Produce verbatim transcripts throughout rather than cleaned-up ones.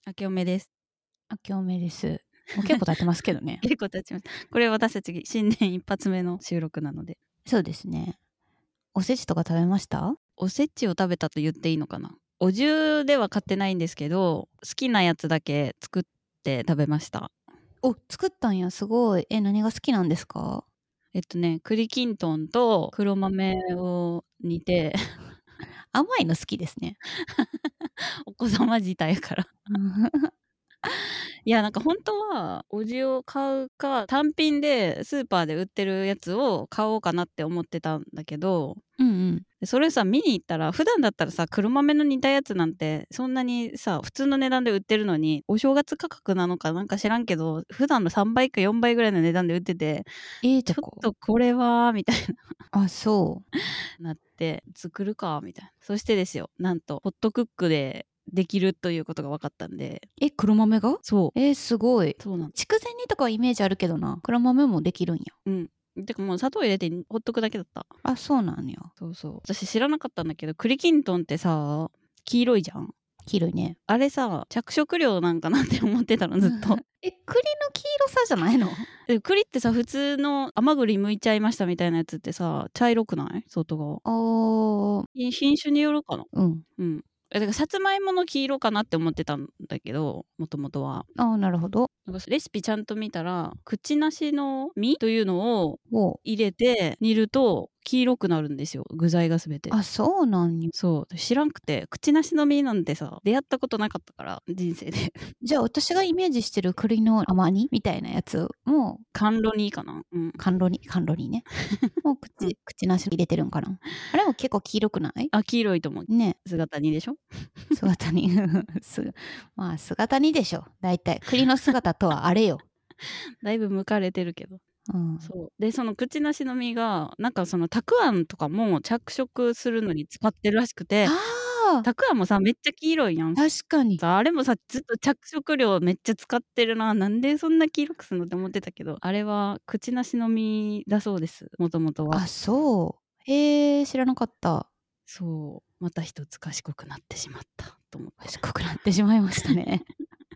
明けおめです。 明けおめです。もう結構経ってますけどね。 結構経ちました。これ私たち新年一発目の収録なので。 そうですね。おせちとか食べました？ おせちを食べたと言っていいのかな。お重では買ってないんですけど、好きなやつだけ作って食べました。 お、作ったんや、すごい。え、何が好きなんですか？ えっとね、栗きんとんと黒豆を煮て甘いの好きですね。 お子様自体からいや、なんか本当はお重を買うか、単品でスーパーで売ってるやつを買おうかなって思ってたんだけど、 うんうん。 それさ見に行ったら、普段だったらさ黒豆の煮たやつなんてそんなにさ普通の値段で売ってるのに、お正月価格なのかなんか知らんけど、普段のさんばいかよんばいぐらいの値段で売ってて、 ええとちょっこ。 とこれはみたいあ、そう。 ななって作るかみたいな。そしてですよ、なんとホットクックでできるということが分かったんで。 え、黒豆が？ そう。 えー、すごい。 そうなの。 筑前煮とかはイメージあるけどな。黒豆もできるんや。 うん。てかもう砂糖入れてほっとくだけだった。 あ、そうなんや。 そうそう。私知らなかったんだけど、栗きんとんってさ、黄色いじゃん。 黄色いね。 あれさ、着色料なんかなって思ってたの、ずっと。 え、栗の黄色さじゃないの？ で栗ってさ、普通の甘栗剥いちゃいましたみたいなやつってさ、茶色くない？外側。 あー、 ひ品種によるかな。 うん。 うん。え、だからさつまいもの黄色かなって思ってたんだけど、もともとは。 ああ、なるほど。 なんかレシピちゃんと見たら、くちなしの実というのをお、 入れて煮ると黄色くなるんですよ、具材が全て。 あ、そうなんや。 そう、知らんくて、くちなしの実なんてさ、出会ったことなかったから、人生で。 じゃあ私がイメージしてる栗の甘煮みたいなやつも甘露煮かな。うん。 甘露煮甘露煮ね。もううん。 口口なし入れてるんかな。あれも結構黄色くない？ あ、黄色いと思う。 ね。 姿煮でしょ。 姿煮すまあ姿煮でしょ。大体栗の姿とはあれよ。 だいぶ剥かれてるけど。 うん。 そう。で、そのくちなしの実が、なんかそのたくあんとかも着色するのに使ってるらしくて、 ああ、 たくあんもさ、めっちゃ黄色いやん。 確かに。 さ、あれもさ、ずっと着色料めっちゃ使ってるな、なんでそんな黄色くすんのって思ってたけど、あれはくちなしの実だそうです、もともとは。 あ、そう。へえ、知らなかった。 そう、また一つ賢くなってしまったと思って。 賢くなってしまいましたね。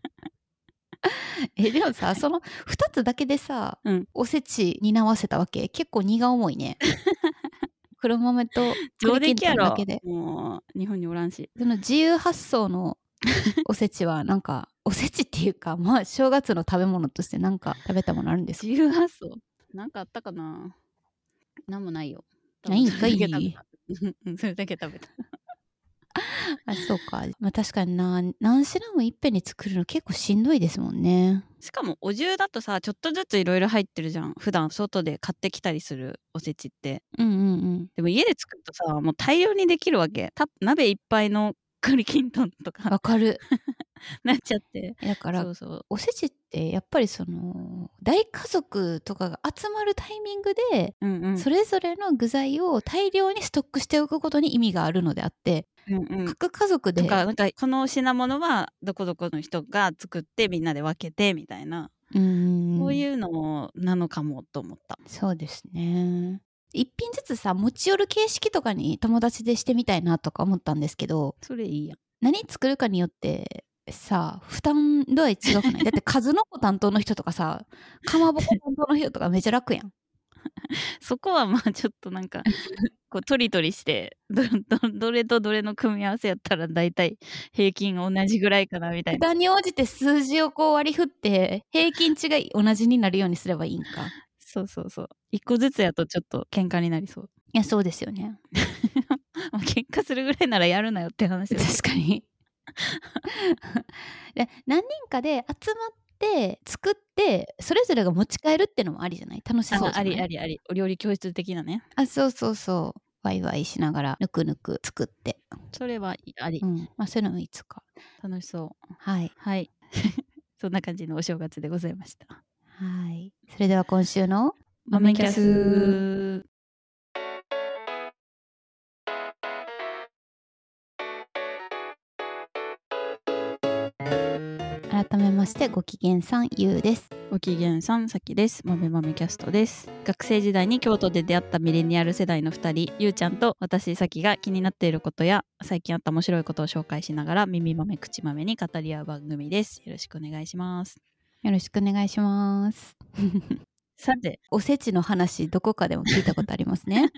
え、でもさ、そのふたつだけでさ、 うん。 おせち担わせたわけ？結構荷が重いね。黒豆と上出栗きん来やろ、 とんだけで。 もう日本におらんし。 その自由発想のおせちはなんか、おせちっていうか、まあ、正月の食べ物としてなんか食べたものあるんですか？ 自由発想、なんかあったかな。なんもないよ。多ないんか分それだけ食べい。 た。うん、それだけ食べた。 あ、そうか。ま、確かにな、何品もいっぺんに作るの結構しんどいですもんね。 しかもお重だとさ、ちょっとずついろいろ入ってるじゃん。普段外で買ってきたりするおせちって。 うんうんうん。 でも家で作るとさ、もう大量にできるわけ。た鍋いっぱいの栗きんとんとかわかる。 なっちゃって。 だから、 そうそう。 おせちってやっぱりその、大家族とかが集まるタイミングで、 うんうん。 それぞれの具材を大量にストックしておくことに意味があるのであって、 うんうん。 各家族で、 とか、なんかこの品物はどこどこの人が作ってみんなで分けてみたいな、 うーん、 そういうのなのかもと思った。 そうですね。一品ずつさ、持ち寄る形式とかに友達でしてみたいなとか思ったんですけど、 それいいやん。 何作るかによってさ、負担度合い違くない？だって数の子担当の人とかさ、かまぼこ担当の人とかめっちゃ楽やん。 そこはまあちょっとなんか、こうトリトリして、どどどれとどれの組み合わせやったらだいたい平均同じぐらいかなみたいな。 負担に応じて数字をこう割り振って、平均値が同じになるようにすればいいんか。 そうそうそう。いっこずつやとちょっと喧嘩になりそう。 いや、そうですよね。 もう喧嘩するぐらいならやるなよって話だけど。 確かに。で、何人かで集まって作って、それぞれが持ち帰るってのもありじゃない？楽しそうあ、あじゃない？ りありあり。お料理教室的なね。 あ、そうそうそう。ワイワイしながらぬくぬく作って。 それはあり。 うん。ま、そういうのもいつか。 楽しそう。 はい。 はい。そんな感じのお正月でございました。 はい。それでは今週の豆キャス。 改めましてご機嫌さんゆうです。 ご機嫌さんさきです。豆豆キャストです。学生時代に京都で出会ったミレニアル世代のふたり、ゆうちゃんと私さきが気になっていることや最近あった面白いことを紹介しながら耳豆口豆に語り合う番組です。よろしくお願いします。 よろしくお願いします。 さて、 おせちの話どこかでも聞いたことありますね。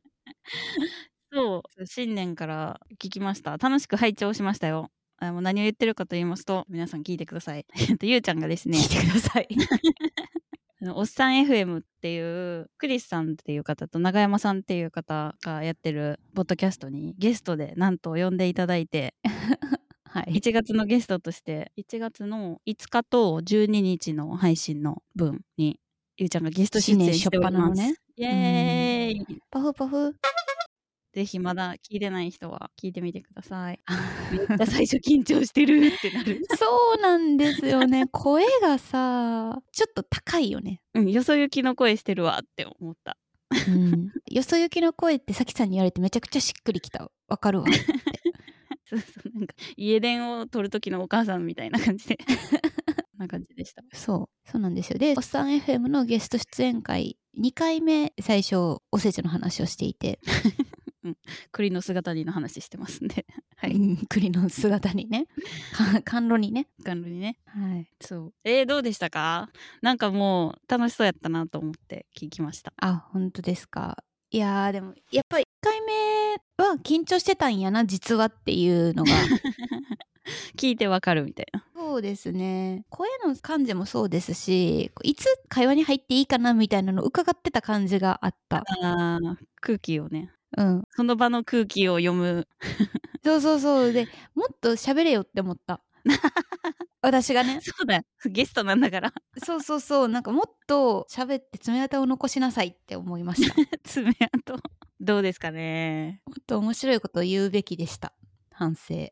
そう新年から聞きました。楽しく拝聴しましたよ。あもう何を言ってるかと言いますと、皆さん聞いてください。ゆうちゃんがですね、 聞いてください。 おっさん エフエム っていうクリスさんっていう方と永山さんっていう方がやってるポッドキャストにゲストでなんと呼んでいただいて、 はい。 いちがつのゲストとしていちがつのいつかとじゅうににちの配信の分にゆうちゃんがゲスト出演しております。 ね、 イエーイ。 パフパフ。 ぜひまだ聞いてない人は聞いてみてください。めっちゃ最初緊張してるってなる。 そうなんですよね。声がさ、ちょっと高いよね。 うん、よそ行きの声してるわって思った。 うん。よそ行きの声ってさきさんに言われてめちゃくちゃしっくりきた。わかるわ。 そうそうなんか家電を取る時のお母さんみたいな感じでな感じでした。 そうそうなんですよ。で、おっさん エフエム のゲスト出演会にかいめ最初おせちの話をしていて、 うん、栗の姿にの話してますんで、はい、 うん、栗の姿にね、甘露にね、 甘露にね、 はい。 そう。えー、どうでしたか？なんかもう楽しそうやったなと思って聞きました。 あ、本当ですか。いやーでもやっぱりいっかいめは緊張してたんやな実はっていうのが聞いてわかるみたいな。 そうですね。声の感じもそうですし、いつ会話に入っていいかなみたいなのを伺ってた感じがあった。 あー空気をね、 うん。 その場の空気を読む。 そうそうそう。で、もっと喋れよって思った。私がね。 そうだ、ゲストなんだから。 そうそうそう。なんかもっと喋って爪痕を残しなさいって思いました。 爪痕。どうですかね。 もっと面白いことを言うべきでした。反省。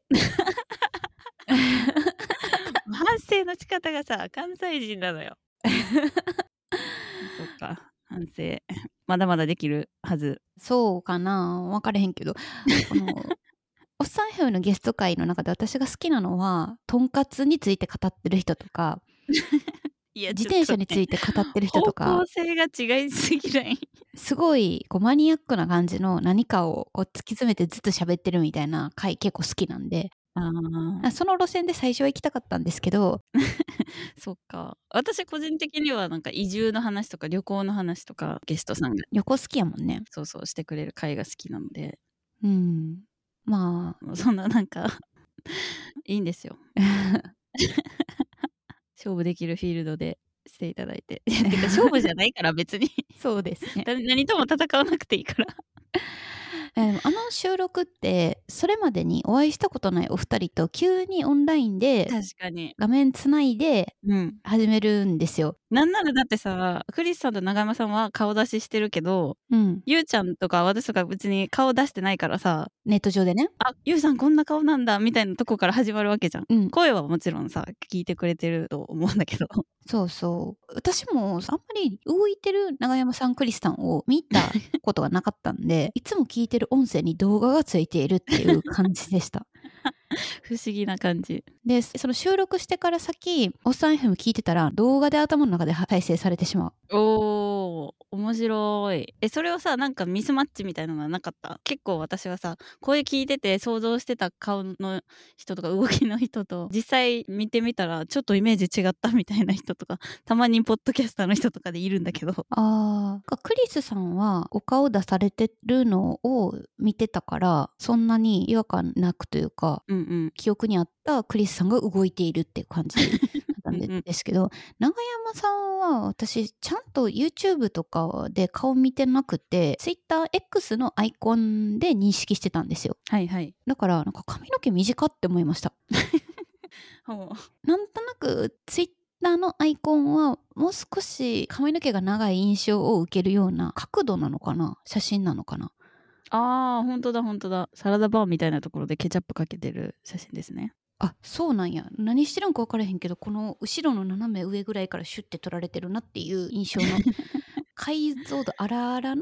反省の仕方がさ、関西人なのよ。そっか、反省。まだまだできるはず。 そうかな分かれへんけど、このおっさん エフエム のゲスト会の中で私が好きなのはとんかつについて語ってる人とかいや自転車について語ってる人とか、 方向性が違いすぎない。 すごいこうマニアックな感じの何かをこう突き詰めてずっと喋ってるみたいな回結構好きなんで、 あその路線で最初は行きたかったんですけどそっか。私個人的にはなんか移住の話とか旅行の話とかゲストさんが旅行好きやもんね。 そうそうしてくれる回が好きなので、 うん、まあもうそんななんかいいんですよ。勝負できるフィールドでしていただいて。てか勝負じゃないから別にそうですね。 だ何とも戦わなくていいから。 えでもあの収録ってそれまでにお会いしたことないお二人と急にオンラインで確かに。 画面つないでうん。 始めるんですよ。 なんならだってさ、クリスさんと永山さんは顔出ししてるけど、 うん。 ゆうちゃんとか私とか別に顔出してないからさ、 ネット上でね。 あ、ゆうさんこんな顔なんだみたいなとこから始まるわけじゃん。 うん。 声はもちろんさ、聞いてくれてると思うんだけど。 そうそう。私もあんまり動いてる永山さん、クリスさんを見たことがなかったんで、いつも聞いてる音声に動画がついているっていう感じでした。 不思議な感じ。 で、その収録してから先、おっさん エフエム 聞いてたら動画で頭の中で再生されてしまう。 おー、面白い。え、それをさ、なんかミスマッチみたいなのはなかった？結構私はさ、声聞いてて想像してた顔の人とか動きの人と、実際見てみたらちょっとイメージ違ったみたいな人とか、たまにポッドキャスターの人とかでいるんだけど。 ああ、クリスさんはお顔出されてるのを見てたから、そんなに違和感なくというか、 うんうん。 記憶にあったクリスさんが動いているっていう感じだったんでうんうんですけど、永山さんは私ちゃんと YouTube とかで顔見てなくて TwitterX のアイコンで認識してたんですよ。 はいはい。 だからなんか髪の毛短って思いました。 ほう。 なんとなく Twitter のアイコンはもう少し髪の毛が長い印象を受けるような角度なのかな、写真なのかな。 あー、ほんとだほんとだ。サラダバーみたいなところでケチャップかけてる写真ですね。 あ、そうなんや。何してるんか分からへんけど、この後ろの斜め上ぐらいからシュッて撮られてるなっていう印象の解像度あらあらの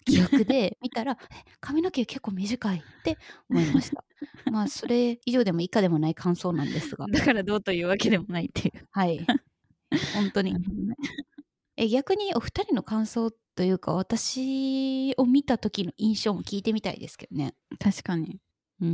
記憶で見たらえ髪の毛結構短いって思いました。まあそれ以上でも以下でもない感想なんですが。 だからどうというわけでもないっていう。 はい。本当に。 なるほどね。 え逆にお二人の感想というか私を見た時の印象も聞いてみたいですけどね。 確かに。 うん。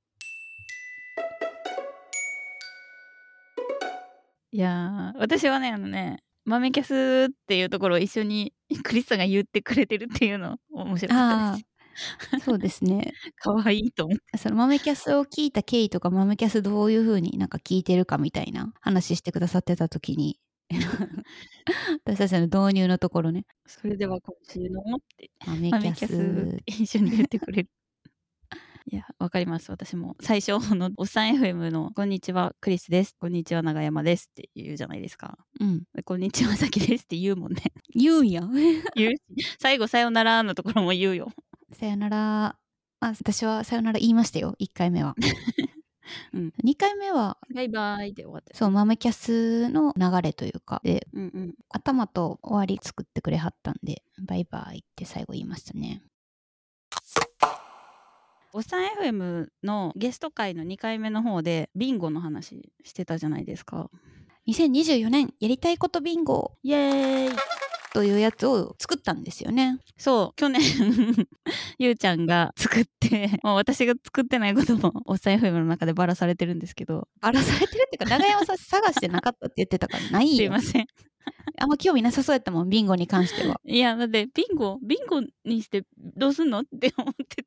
いやー、私はね、あのね、豆キャスっていうところを一緒にクリスさんが言ってくれてるっていうの面白かったです。 ああ、そうですね。 可愛いと思って。 その豆キャスを聞いた経緯とか豆キャスどういう風になんか聞いてるかみたいな話してくださってた時に私たちの導入のところね。 それでは今週のって豆キャ豆キャスス。 って一緒に言ってくれる。いや、わかります。私も最初のおっさん エフエム のこんにちはクリスです。こんにちは長山ですって言うじゃないですか。 うん。 でこんにちはさきですって言うもんね。 言うんや。 言うし、最後さよならのところも言うよ。 さよなら。あ、私はさよなら言いましたよ。いっかいめは。 うん。 にかいめはバイバイで終わってる。 そう豆キャスの流れというかでうんうん。 頭と終わり作ってくれはったんでバイバイって最後言いましたね。 おっさん エフエム のゲスト会のにかいめの方でビンゴの話してたじゃないですか。 にせんにじゅうよねんやりたいことビンゴイエーイというやつを作ったんですよね。 そう去年ゆうちゃんが作ってもう私が作ってないこともおっさん エフエム の中でバラされてるんですけど、 バラされてるっていうか長山さん探してなかったって言ってたからないよ。 すいません。 あんま興味なさそうやったもんビンゴに関しては。 いやだってビンゴビンゴにしてどうすんのって思って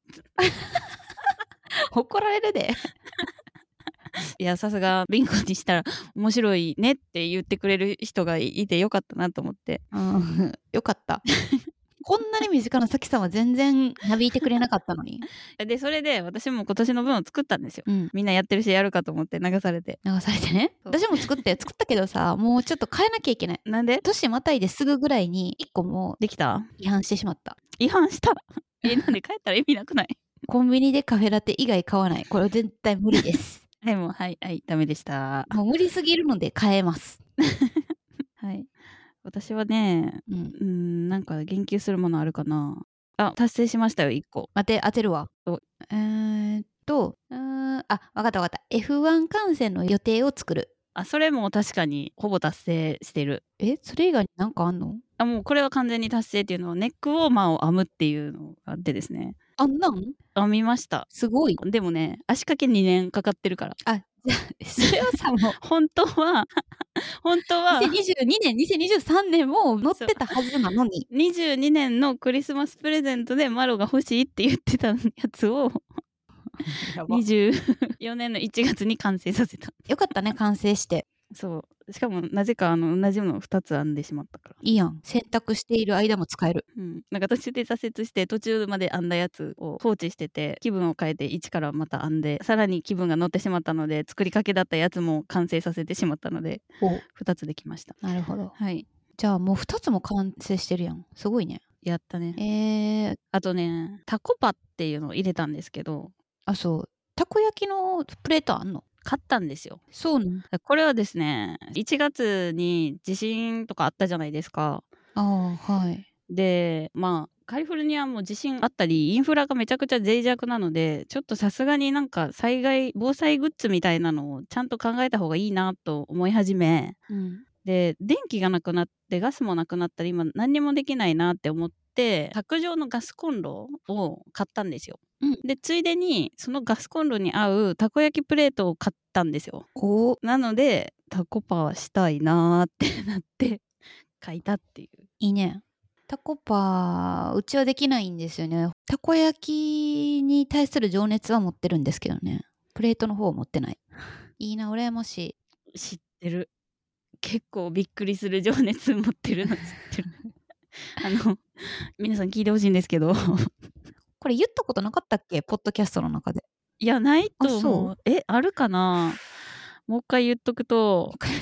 怒られるで。 いやさすがビンゴにしたら面白いねって言ってくれる人がいてよかったなと思って。 うんよかった。こんなに身近なさきさんは全然なびいてくれなかったのに。 でそれで私も今年の分を作ったんですよ、 うん、 みんなやってるしやるかと思って流されて流されてね。私も作って作ったけどさもうちょっと変えなきゃいけない。 なんで年またいですぐぐらいにいっこもできた違反してしまった。 違反したえなんで帰ったら意味なくないコンビニでカフェラテ以外買わない。これ絶対無理です。 はいもうはいはいダメでした。 もう無理すぎるので変えます。 はい私はねうん、 うんなんか言及するものあるかなあ達成しましたよいっこ。 待って当てるわ。えー、っとうーんあわかったわかった。 エフワン 観戦の予定を作る。 あそれも確かにほぼ達成してる。 えそれ以外に何かあんの？ あもうこれは完全に達成っていうのをネックウォーマーを編むっていうのがあってですね。 あんなん編みました。 すごい。 でもね足掛けにねんかかってるから。 あじゃあそれはさもう本当は本当はにせんにじゅうにねんにせんにじゅうさんねんも載ってたはずなのににじゅうにねんのクリスマスプレゼントでマロが欲しいって言ってたやつをにじゅうよねんのいちがつに完成させた。 よかったね完成して。 そうしかもなぜかあの同じものをふたつ編んでしまったからいいやん。選択している間も使える。 うん、なんか途中で挫折して途中まで編んだやつを放置してて気分を変えて一からまた編んでさらに気分が乗ってしまったので作りかけだったやつも完成させてしまったのでふたつできました。 なるほど。 はいじゃあもうふたつも完成してるやん。すごいね。 やったね。 えー、 あとねタコパっていうのを入れたんですけどあそうたこ焼きのプレートあんの？ 買ったんですよ。 そうなん。 これはですねいちがつに地震とかあったじゃないですか。 ああはい。 でまあカリフォルニアも地震あったりインフラがめちゃくちゃ脆弱なのでちょっとさすがになんか災害防災グッズみたいなのをちゃんと考えた方がいいなと思い始め、 うん、 で電気がなくなってガスもなくなったら今何にもできないなって思って卓上のガスコンロを買ったんですよ。 うん、 でついでにそのガスコンロに合うたこ焼きプレートを買ったんですよ。 おなのでタコパはしたいなーってなって買いたっていう。 いいね。タコパうちはできないんですよね。たこ焼きに対する情熱は持ってるんですけどねプレートの方は持ってない。いいな羨ましい。 知ってる結構びっくりする情熱持ってるの知ってるあの皆さん聞いてほしいんですけどこれ言ったことなかったっけポッドキャストの中で。 いやないと思う。 あそうえあるかなもう一回言っとくと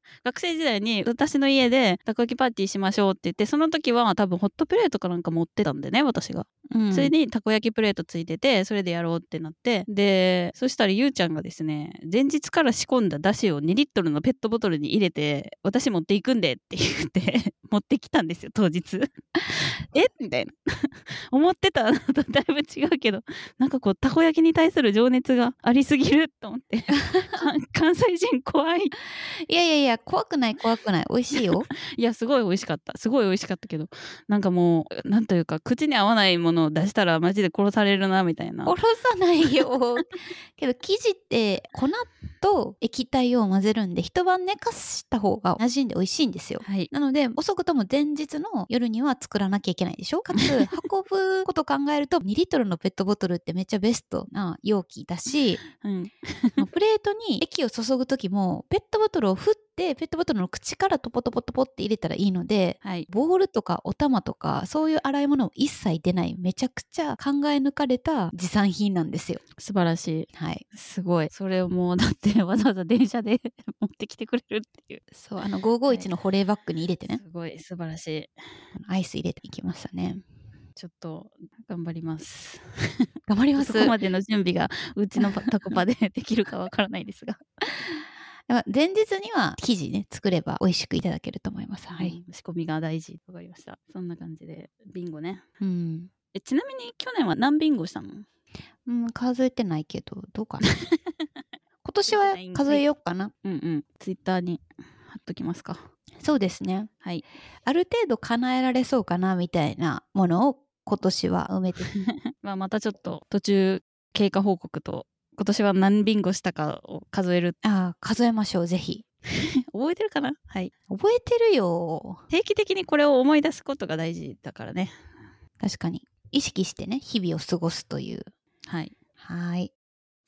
学生時代に私の家でたこ焼きパーティーしましょうって言って、その時は多分ホットプレートかなんか持ってたんでね、私が。 うん、 それにたこ焼きプレートついてて、それでやろうってなって、でそしたらゆうちゃんがですね、前日から仕込んだだしをにリットルのペットボトルに入れて、私持っていくんでって言って持ってきたんですよ、当日。えみたいな。思ってたのとだいぶ違うけど、なんかこうたこ焼きに対する情熱がありすぎると思って関西人怖い。 いやいやいや、怖くない怖くない、美味しいよ。 いやすごい美味しかった、すごい美味しかったけど、なんかもうなんというか口に合わないものを出したらマジで殺されるなみたいな。 殺さないよ。けど生地って粉と液体を混ぜるんで、一晩寝かした方が馴染んで美味しいんですよ。 はい、 なので遅くとも前日の夜には作らなきゃいけないでしょ。かつ運ぶことを考えるとにリットルのペットボトルってめっちゃベストな容器だし、 うん、 プレートに液を注ぐ時もペットボトルを振ってペットボトルの口からトポトポトポって入れたらいいので、 はい、 ボールとかお玉とかそういう洗い物も一切出ない、めちゃくちゃ考え抜かれた持参品なんですよ。 素晴らしい。 はい。 すごい。それをもうだってわざわざ電車で持ってきてくれるっていう。 そう、あのごーごーいちの保冷バッグに入れてね、 すごい素晴らしい。 アイス入れていきましたね。 ちょっと頑張ります。 頑張ります。 そこまでの準備がうちのタコパでできるかわからないですが。 前日には生地ね作れば美味しくいただけると思います。はい。 うん、仕込みが大事。わかりました。そんな感じでビンゴね。 うん。 えちなみに去年は何ビンゴしたの？ うん、数えてないけどどうかな。今年は数えようかな。 うんうん。ツイッターに貼っときますか。 そうですね。 はい。 ある程度叶えられそうかなみたいなものを今年は埋めてまあまたちょっと途中経過報告と今年は何ビンゴしたかを数える。 ああ、数えましょう、ぜひ。 覚えてるかな？はい。 覚えてるよ。 定期的にこれを思い出すことが大事だからね。 確かに。意識してね、日々を過ごすという。 はい。 はい。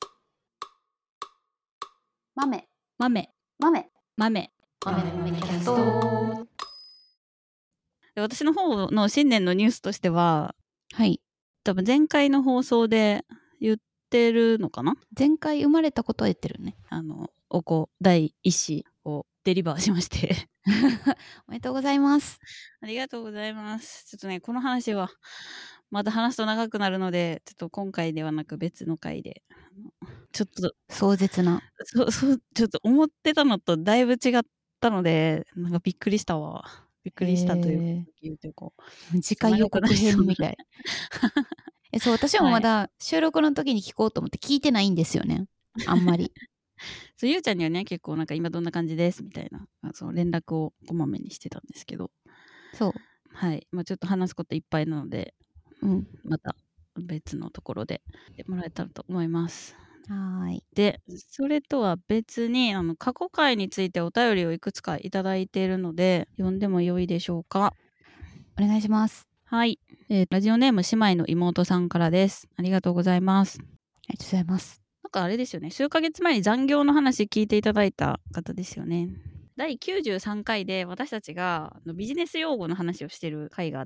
豆。 豆。 豆。 豆。 豆の豆キャスト。 私の方の新年のニュースとしては、 はい。 多分前回の放送で言ってるのかな？ 前回生まれたことは言ってるね。 あの、お子第一子をデリバーしまして。 おめでとうございます。 ありがとうございます。ちょっとね、この話はまた話すと長くなるので、ちょっと今回ではなく別の回で、ちょっと壮絶な。 そうそう、ちょっと思ってたのとだいぶ違ったので、なんかびっくりしたわ。びっくりしたというか、言うというか、 次回予告編みたい。え、そう、私もまだ収録の時に聞こうと思って聞いてないんですよね。あんまり。 そう、ゆうちゃんにはね、結構なんか今どんな感じですみたいな、その連絡をこまめにしてたんですけど、 そう。 はい。まあちょっと話すこといっぱいなので、 うん。 また別のところでやってもらえたらと思います。 はい。 で、それとは別に、あの、過去回についてお便りをいくつかいただいているので、読んでも良いでしょうか。 お願いします。 はい。えー、ラジオネーム姉妹の妹さんからです。ありがとうございます。 ありがとうございます。 なんかあれですよね。数ヶ月前に残業の話聞いていただいた方ですよね。だいきゅうじゅうさんかいで私たちがビジネス用語の話をしてる回があって、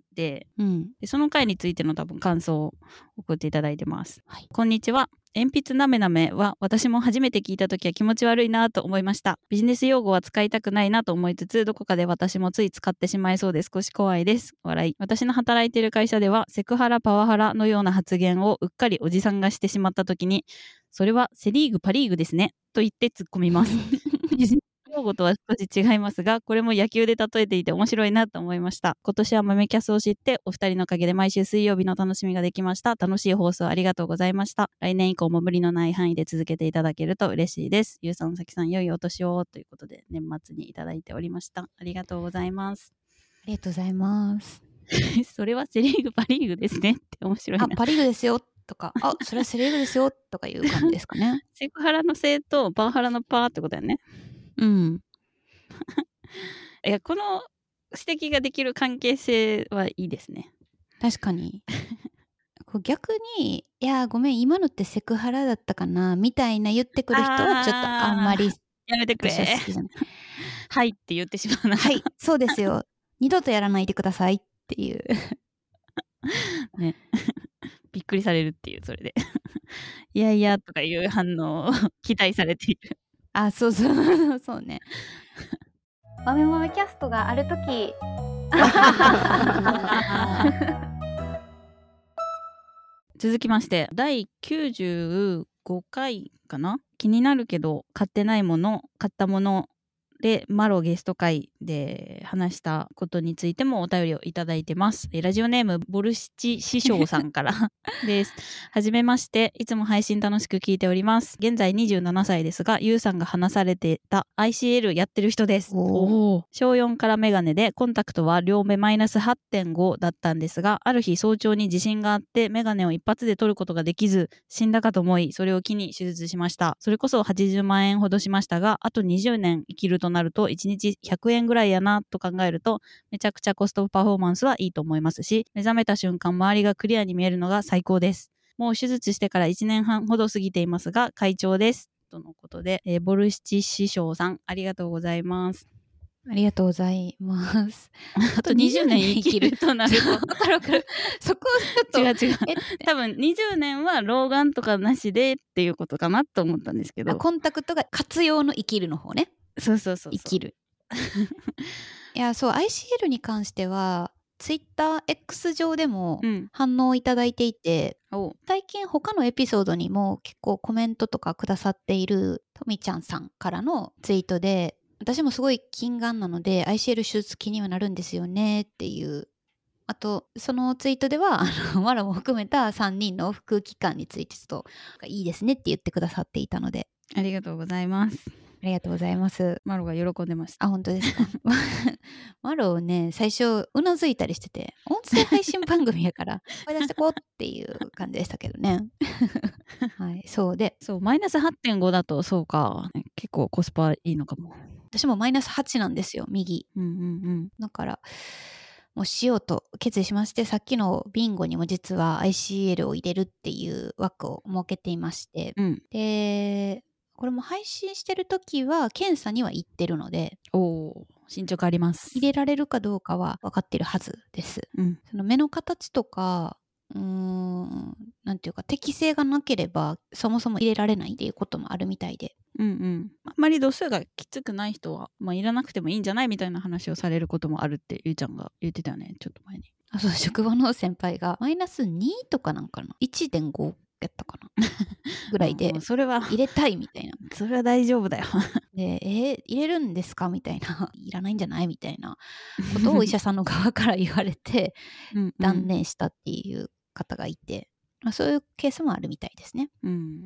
うん、 でその回についての多分感想を送っていただいてます。 はい、 こんにちは。鉛筆なめなめは私も初めて聞いた時は気持ち悪いなと思いました。ビジネス用語は使いたくないなと思いつつ、どこかで私もつい使ってしまいそうで少し怖いです。笑い。私の働いている会社ではセクハラパワハラのような発言をうっかりおじさんがしてしまった時に、それはセリーグパリーグですねと言って突っ込みます。用語とは少し違いますが、これも野球で例えていて面白いなと思いました。今年は豆キャスを知って、お二人のおかげで毎週水曜日の楽しみができました。楽しい放送ありがとうございました。来年以降も無理のない範囲で続けていただけると嬉しいです。ゆうさん、さきさん、良いお年をということで、年末にいただいておりました。ありがとうございます。 ありがとうございます。 それはセリーグ、パリーグですねって面白いな。 あ、パリーグですよとか、あ、それはセリーグですよとかいう感じですかね。 セクハラのせいとパワハラのパーってことだよね。 うん。 いや、この指摘ができる関係性はいいですね。 確かに。こう逆に、いや、ごめん、今のってセクハラだったかなみたいな言ってくる人はちょっとあんまりやめてくれ。 私は好きじゃない。 はいって言ってしまうな。 はい、そうですよ。二度とやらないでくださいっていう。 ね。びっくりされるっていう、それで。いやいやとかいう反応を期待されている。 あ、そうそうそうね。 豆豆キャストがあるとき続きましてだいきゅうじゅうごかいかな。気になるけど買ってないもの、買ったものでマロゲスト会で話したことについてもお便りをいただいてます。ラジオネームボルシチ師匠さんからです。はじめまして、いつも配信楽しく聞いております。現在にじゅうななさいですが、ゆうさんが話されてた アイシーエル やってる人です。 おお小よんからメガネでコンタクトは両目マイナス はってんご だったんですが、ある日早朝に地震があってメガネを一発で取ることができず死んだかと思い、それを機に手術しました。それこそはちじゅうまんえんほどしましたが、あとにじゅうねん生きるとなるといちにちひゃくえんぐらいやなと考えると、めちゃくちゃコストパフォーマンスはいいと思いますし、目覚めた瞬間周りがクリアに見えるのが最高です。もう手術してからいちねんはんほど過ぎていますが快調ですとのことで、えー、ボルシチ師匠さんありがとうございます。 ありがとうございます。 あとにじゅうねん生きるとなるとわかるわかる。そこちょっと違う違う多分にじゅうねんは老眼とかなしでっていうことかなと思ったんですけど、 コンタクトが活用の生きるの方ね。 そうそうそうそう、 生きるいやそう アイシーエル に関してはツイッター X 上でもうん反応いただいていて、 お最近他のエピソードにも結構コメントとかくださっているとみちゃんさんからのツイートで、私もすごい近眼なので アイシーエル 手術気にはなるんですよねっていう、あとそのツイートではあのマラも含めたさんにんの空気感についてちょっといいですねって言ってくださっていたのでありがとうございます。 ありがとうございます。 マロが喜んでました。 あ、本当ですかマロね最初うなずいたりしてて、音声配信番組やから声出してこうっていう感じでしたけどねはいそうでそうマイナス はってんご だとそうか結構コスパいいのかも。 私もマイナスはちなんですよ右、 うんうんうんだからもうしようと決意しまして、さっきのビンゴにも実は アイシーエル を入れるっていう枠を設けていまして、 うん、 でこれも配信してる時は検査には行ってるので、 おお進捗あります。 入れられるかどうかは分かってるはずです、 うん、 その目の形とかうーんなんていうか適性がなければそもそも入れられないっていうこともあるみたいで、 うんうんあんまり度数がきつくない人は、まあ、いらなくてもいいんじゃないみたいな話をされることもあるってゆうちゃんが言ってたよねちょっと前に。 あそう職場の先輩がマイナスにとかなんかな いってんご やったかなぐらいでそれは入れたいみたいなそれは大丈夫だよでえー、入れるんですかみたいないらないんじゃないみたいなことをお医者さんの側から言われてうん、うん、 断念したっていう方がいて、まあ、そういうケースもあるみたいですね、 うん、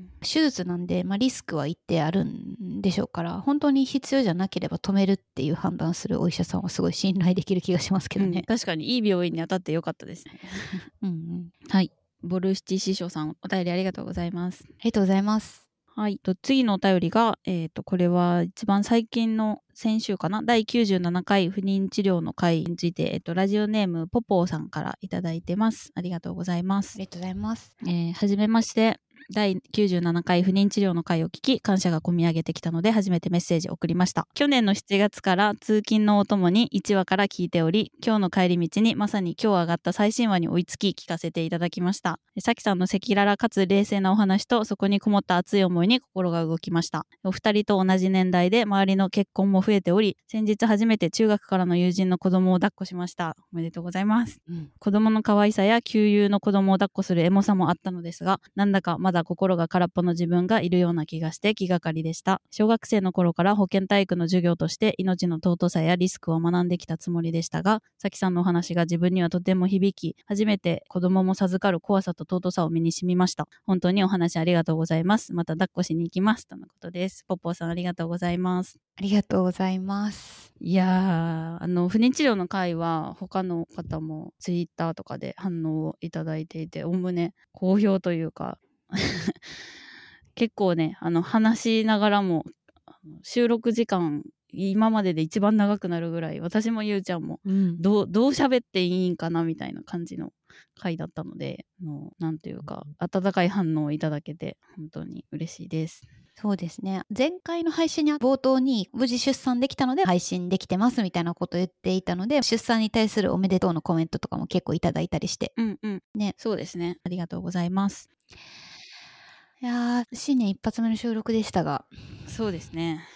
手術なんで、まあ、リスクは一定あるんでしょうから、本当に必要じゃなければ止めるっていう判断するお医者さんはすごい信頼できる気がしますけどね、 うん、確かにいい病院に当たってよかったですねうん、うん、 はいボルシチ師匠さんお便りありがとうございます。 ありがとうございます。 はい、と次のお便りが、えー、とこれは一番最近の先週かなだいきゅうじゅうななかい不妊治療の会について、えー、とラジオネームポポーさんからいただいてます。ありがとうございます。 ありがとうございます。 えー、はじめまして。だいきゅうじゅうななかい不妊治療の会を聞き感謝が込み上げてきたので初めてメッセージを送りました。去年のしちがつから通勤のお供にいちわから聞いており、今日の帰り道にまさに今日上がった最新話に追いつき聞かせていただきました。さきさんの赤裸々かつ冷静なお話とそこにこもった熱い思いに心が動きました。お二人と同じ年代で周りの結婚も増えており、先日初めて中学からの友人の子供を抱っこしました。おめでとうございます、うん、子供の可愛さや旧友の子供を抱っこするエモさもあったのですが、なんだかまだ心が空っぽの自分がいるような気がして気がかりでした。小学生の頃から保健体育の授業として命の尊さやリスクを学んできたつもりでしたが、さきさんのお話が自分にはとても響き、初めて子供も授かる怖さと尊さを身に染みました。本当にお話ありがとうございます。また抱っこしに行きますとのことです。ポッポーさんありがとうございます。 ありがとうございます。 いやー、あの不妊治療の会は他の方もツイッターとかで反応をいただいていて、おおむね好評というか結構ね、あの話しながらも収録時間今までで一番長くなるぐらい、私もゆうちゃんもどう、どう喋っていいんかなみたいな感じの回だったので、もうなんていうか温かい反応をいただけて本当に嬉しいです。 そうですね、前回の配信に冒頭に無事出産できたので配信できてますみたいなことを言っていたので、出産に対するおめでとうのコメントとかも結構いただいたりして、 うんうんね、 そうですね、ありがとうございます。 いやー新年一発目の収録でしたが、 そうですね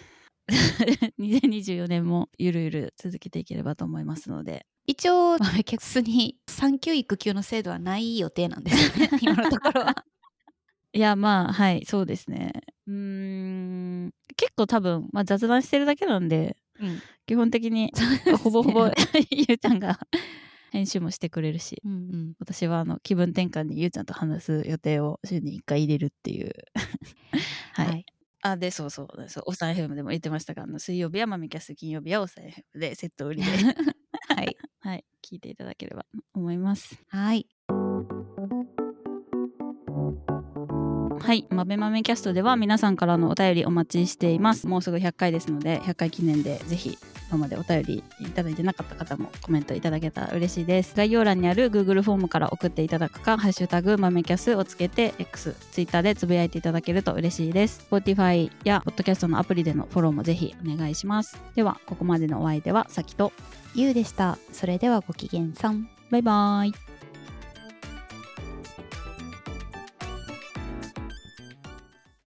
にせんにじゅうよねんもゆるゆる続けていければと思いますので、 一応豆キャスに産休育休の制度はない予定なんですよね今のところは。 いやまあはいそうですね。うーん結構多分、まあ、雑談してるだけなんで、うん、基本的にほぼほぼゆうちゃんが編集もしてくれるし、うんうん、私はあの気分転換にゆうちゃんと話す予定を週にいっかい入れるっていうはい、はい、あでそうそうそうおさん エフエム でも言ってましたが、あの水曜日はマミキャス、金曜日はおさん エフエム でセット売りではい、はい、聞いていただければと思います。はいはい、豆豆キャストでは皆さんからのお便りお待ちしています。もうすぐひゃっかいですので、ひゃっかい記念でぜひ今までお便りいただいてなかった方もコメントいただけたら嬉しいです。概要欄にある Google フォームから送っていただくか、ハッシュタグ豆キャスをつけて X、Twitter でつぶやいていただけると嬉しいです。Spotify や Podcast のアプリでのフォローもぜひお願いします。ではここまでのお相手はさきとゆうでした。それではごきげんさん。 バイバイ。